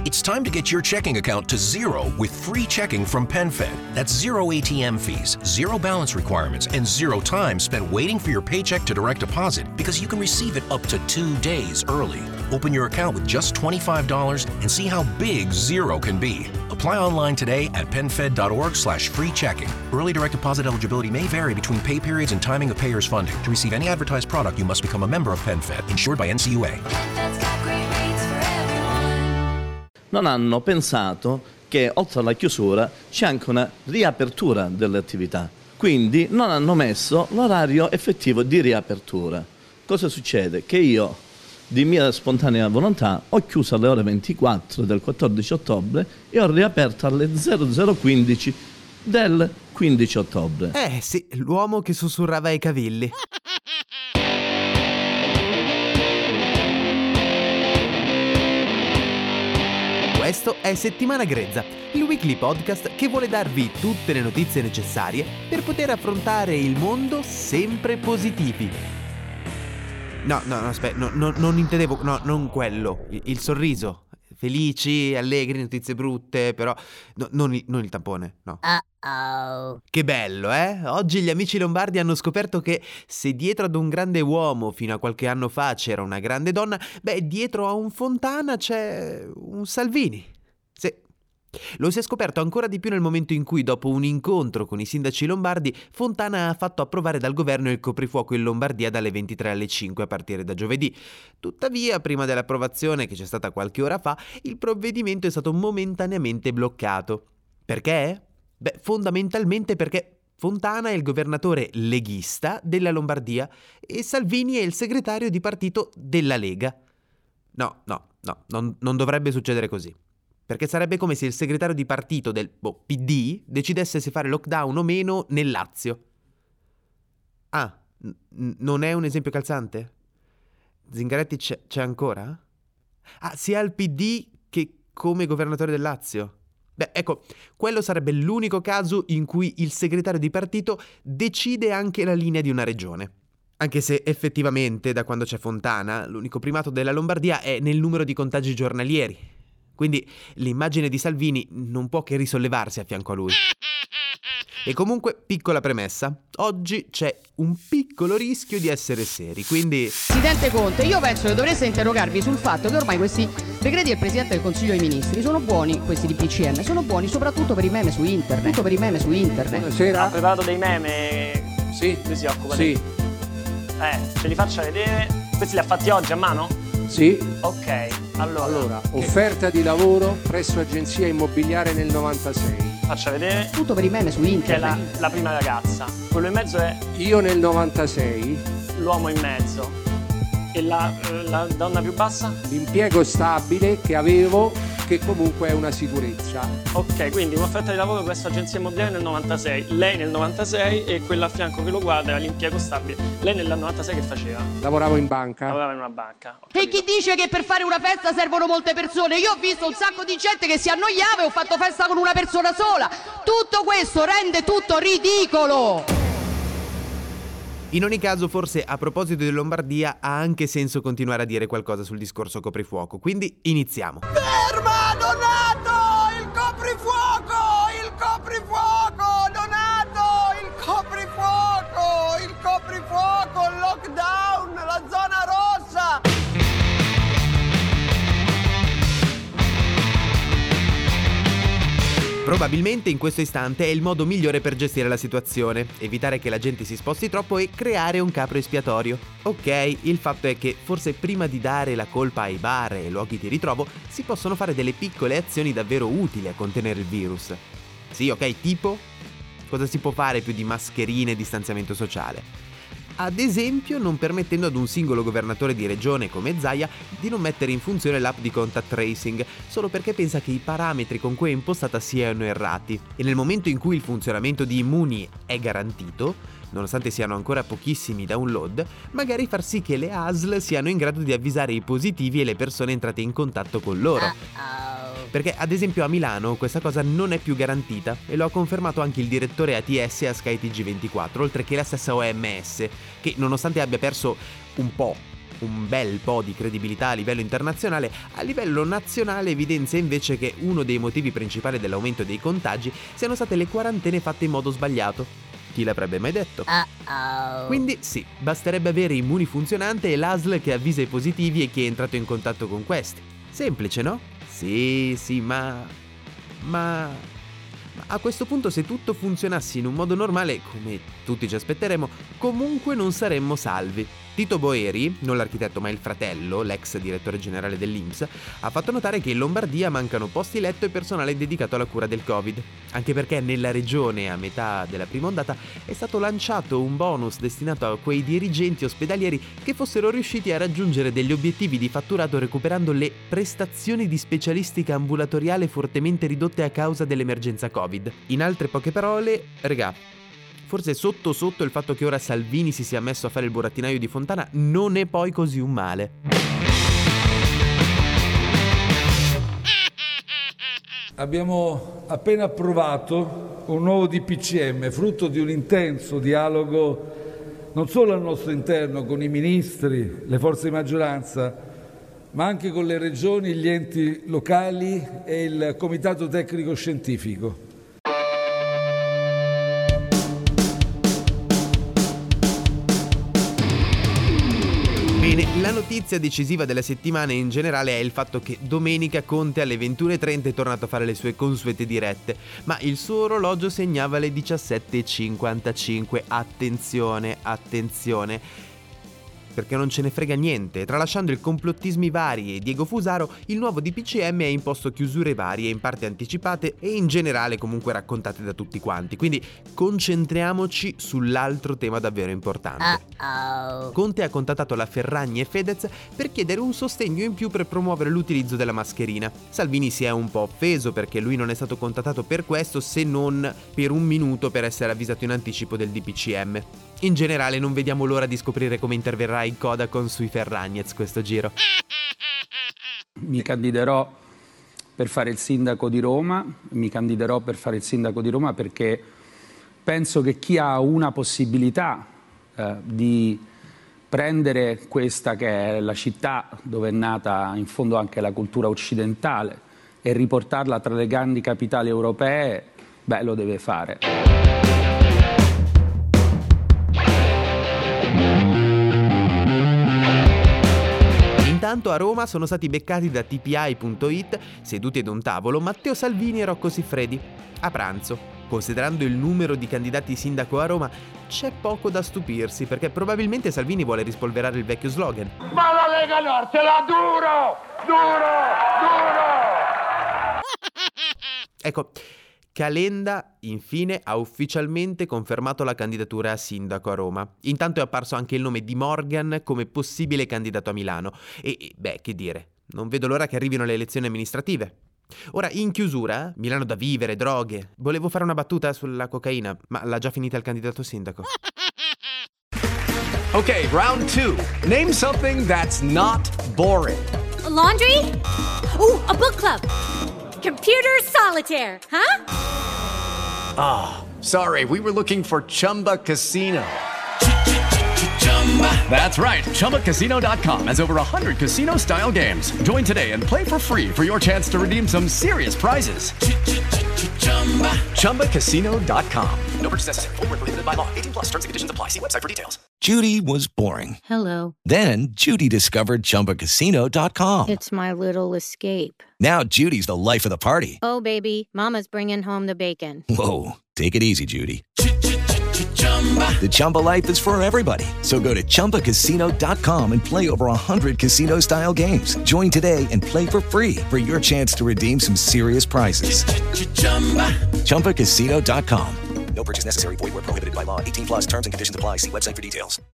It's time to get your checking account to zero with free checking from PenFed. That's zero ATM fees, zero balance requirements, and zero time spent waiting for your paycheck to direct deposit because you can receive it up to 2 days early. Open your account with just $25 and see how big zero can be. Apply online today at PenFed.org/free checking. Early direct deposit eligibility may vary between pay periods and timing of payers' funding. To receive any advertised product, you must become a member of PenFed, insured by NCUA. Non hanno pensato che oltre alla chiusura c'è anche una riapertura delle attività, quindi non hanno messo l'orario effettivo di riapertura. Cosa succede? Che io, di mia spontanea volontà, ho chiuso alle ore 24 del 14 ottobre e ho riaperto alle 00:15 del 15 ottobre. Sì, l'uomo che sussurrava ai cavilli. Questo è Settimana Grezza, il weekly podcast che vuole darvi tutte le notizie necessarie per poter affrontare il mondo sempre positivi. No, aspetta, non intendevo, non quello, il sorriso. Felici, allegri, notizie brutte, però non il tampone, no. Uh-oh. Che bello, eh? Oggi gli amici lombardi hanno scoperto che se dietro ad un grande uomo fino a qualche anno fa c'era una grande donna, dietro a un Fontana c'è un Salvini. Sì. Lo si è scoperto ancora di più nel momento in cui, dopo un incontro con i sindaci lombardi, Fontana ha fatto approvare dal governo il coprifuoco in Lombardia dalle 23 alle 5 a partire da giovedì. Tuttavia, prima dell'approvazione, che c'è stata qualche ora fa, il provvedimento è stato momentaneamente bloccato. Perché? Fondamentalmente perché Fontana è il governatore leghista della Lombardia e Salvini è il segretario di partito della Lega. No, non dovrebbe succedere così. Perché sarebbe come se il segretario di partito del PD decidesse se fare lockdown o meno nel Lazio. Non è un esempio calzante? Zingaretti c'è ancora? Sia al PD che come governatore del Lazio. Ecco, quello sarebbe l'unico caso in cui il segretario di partito decide anche la linea di una regione. Anche se effettivamente, da quando c'è Fontana, l'unico primato della Lombardia è nel numero di contagi giornalieri. Quindi l'immagine di Salvini non può che risollevarsi a fianco a lui. E comunque, piccola premessa, oggi c'è un piccolo rischio di essere seri, quindi... Presidente Conte, io penso che dovreste interrogarvi sul fatto che ormai questi decreti del Presidente del Consiglio dei Ministri sono buoni, questi di PCM, sono buoni soprattutto per i meme su internet. Buonasera. Ha preparato dei meme? Sì. Lui si occupa Sì. Ce li faccia vedere. Questi li ha fatti oggi a mano? Sì. Ok, allora offerta di lavoro presso agenzia immobiliare nel 96. Faccia vedere. Tutto per i meme su internet. Che è la prima ragazza. Quello in mezzo è... Io nel 96. L'uomo in mezzo. E la donna più bassa? L'impiego stabile che avevo, che comunque è una sicurezza. Ok, quindi un'offerta di lavoro presso agenzia immobiliare nel 96. Lei nel 96 e quella a fianco che lo guarda era l'impiego stabile. Lei nel 96 che faceva? Lavoravo in banca. Lavorava in una banca. E chi dice che per fare una festa servono molte persone? Io ho visto un sacco di gente che si annoiava e ho fatto festa con una persona sola. Tutto questo rende tutto ridicolo. In ogni caso, forse a proposito di Lombardia ha anche senso continuare a dire qualcosa sul discorso coprifuoco, quindi iniziamo. Ferma, Donato! Il coprifuoco! Il coprifuoco! Donato! Il coprifuoco! Il coprifuoco! Il lockdown! La zona rossa! Probabilmente in questo istante è il modo migliore per gestire la situazione, evitare che la gente si sposti troppo e creare un capro espiatorio. Ok, il fatto è che forse prima di dare la colpa ai bar e ai luoghi di ritrovo si possono fare delle piccole azioni davvero utili a contenere il virus. Sì, ok, tipo? Cosa si può fare più di mascherine e distanziamento sociale? Ad esempio non permettendo ad un singolo governatore di regione come Zaia di non mettere in funzione l'app di contact tracing solo perché pensa che i parametri con cui è impostata siano errati, e nel momento in cui il funzionamento di Immuni è garantito, nonostante siano ancora pochissimi download, magari far sì che le ASL siano in grado di avvisare i positivi e le persone entrate in contatto con loro. Perché ad esempio a Milano questa cosa non è più garantita e lo ha confermato anche il direttore ATS a Sky TG24, oltre che la stessa OMS, che nonostante abbia perso un po' un bel po' di credibilità a livello internazionale, a livello nazionale evidenzia invece che uno dei motivi principali dell'aumento dei contagi siano state le quarantene fatte in modo sbagliato. Chi l'avrebbe mai detto? Quindi sì, basterebbe avere Immuni funzionante e l'ASL che avvisa i positivi e chi è entrato in contatto con questi. Semplice, no? Sì, ma a questo punto, se tutto funzionasse in un modo normale, come tutti ci aspetteremo, comunque non saremmo salvi. Tito Boeri, non l'architetto ma il fratello, l'ex direttore generale dell'INPS, ha fatto notare che in Lombardia mancano posti letto e personale dedicato alla cura del Covid, anche perché nella regione a metà della prima ondata è stato lanciato un bonus destinato a quei dirigenti ospedalieri che fossero riusciti a raggiungere degli obiettivi di fatturato recuperando le prestazioni di specialistica ambulatoriale fortemente ridotte a causa dell'emergenza Covid. In altre poche parole, regà, forse sotto sotto il fatto che ora Salvini si sia messo a fare il burattinaio di Fontana non è poi così un male. Abbiamo appena approvato un nuovo DPCM, frutto di un intenso dialogo non solo al nostro interno con i ministri, le forze di maggioranza, ma anche con le regioni, gli enti locali e il comitato tecnico scientifico. Bene, la notizia decisiva della settimana in generale è il fatto che domenica Conte alle 21:30 è tornato a fare le sue consuete dirette, ma il suo orologio segnava le 17:55. Attenzione, perché non ce ne frega niente. Tralasciando il complottismi vari e Diego Fusaro, il nuovo DPCM ha imposto chiusure varie, in parte anticipate e in generale comunque raccontate da tutti quanti. Quindi concentriamoci sull'altro tema davvero importante. Conte ha contattato la Ferragni e Fedez per chiedere un sostegno in più per promuovere l'utilizzo della mascherina. Salvini si è un po' offeso perché lui non è stato contattato per questo, se non per un minuto per essere avvisato in anticipo del DPCM. In generale non vediamo l'ora di scoprire come interverrà in Codacons sui Ferragnez questo giro. Mi candiderò per fare il sindaco di Roma, perché penso che chi ha una possibilità di prendere questa che è la città dove è nata in fondo anche la cultura occidentale e riportarla tra le grandi capitali europee, lo deve fare. Intanto a Roma sono stati beccati da TPI.it, seduti ad un tavolo, Matteo Salvini e Rocco Siffredi, a pranzo. Considerando il numero di candidati sindaco a Roma, c'è poco da stupirsi, perché probabilmente Salvini vuole rispolverare il vecchio slogan. Ma la Lega Nord ce l'ha duro! Ecco, Calenda infine ha ufficialmente confermato la candidatura a sindaco a Roma. Intanto è apparso anche il nome di Morgan come possibile candidato a Milano. E che dire, non vedo l'ora che arrivino le elezioni amministrative. Ora, in chiusura, Milano da vivere, droghe. Volevo fare una battuta sulla cocaina, ma l'ha già finita il candidato sindaco. Ok, round 2. Name something that's not boring. A laundry? Ooh, a book club. Computer solitaire, huh? Ah, sorry, we were looking for Chumba Casino. That's right, ChumbaCasino.com has over 100 casino-style games. Join today and play for free for your chance to redeem some serious prizes. ChumbaCasino.com. No purchase necessary. Void where prohibited by law. 18+ terms and conditions apply. See website for details. Judy was boring. Hello. Then Judy discovered ChumbaCasino.com. It's my little escape. Now Judy's the life of the party. Oh, baby, mama's bringing home the bacon. Whoa, take it easy, Judy. The Chumba life is for everybody. So go to ChumbaCasino.com and play over 100 casino-style games. Join today and play for free for your chance to redeem some serious prizes. ChumbaCasino.com. No purchase necessary. Void where prohibited by law. 18+ terms and conditions apply. See website for details.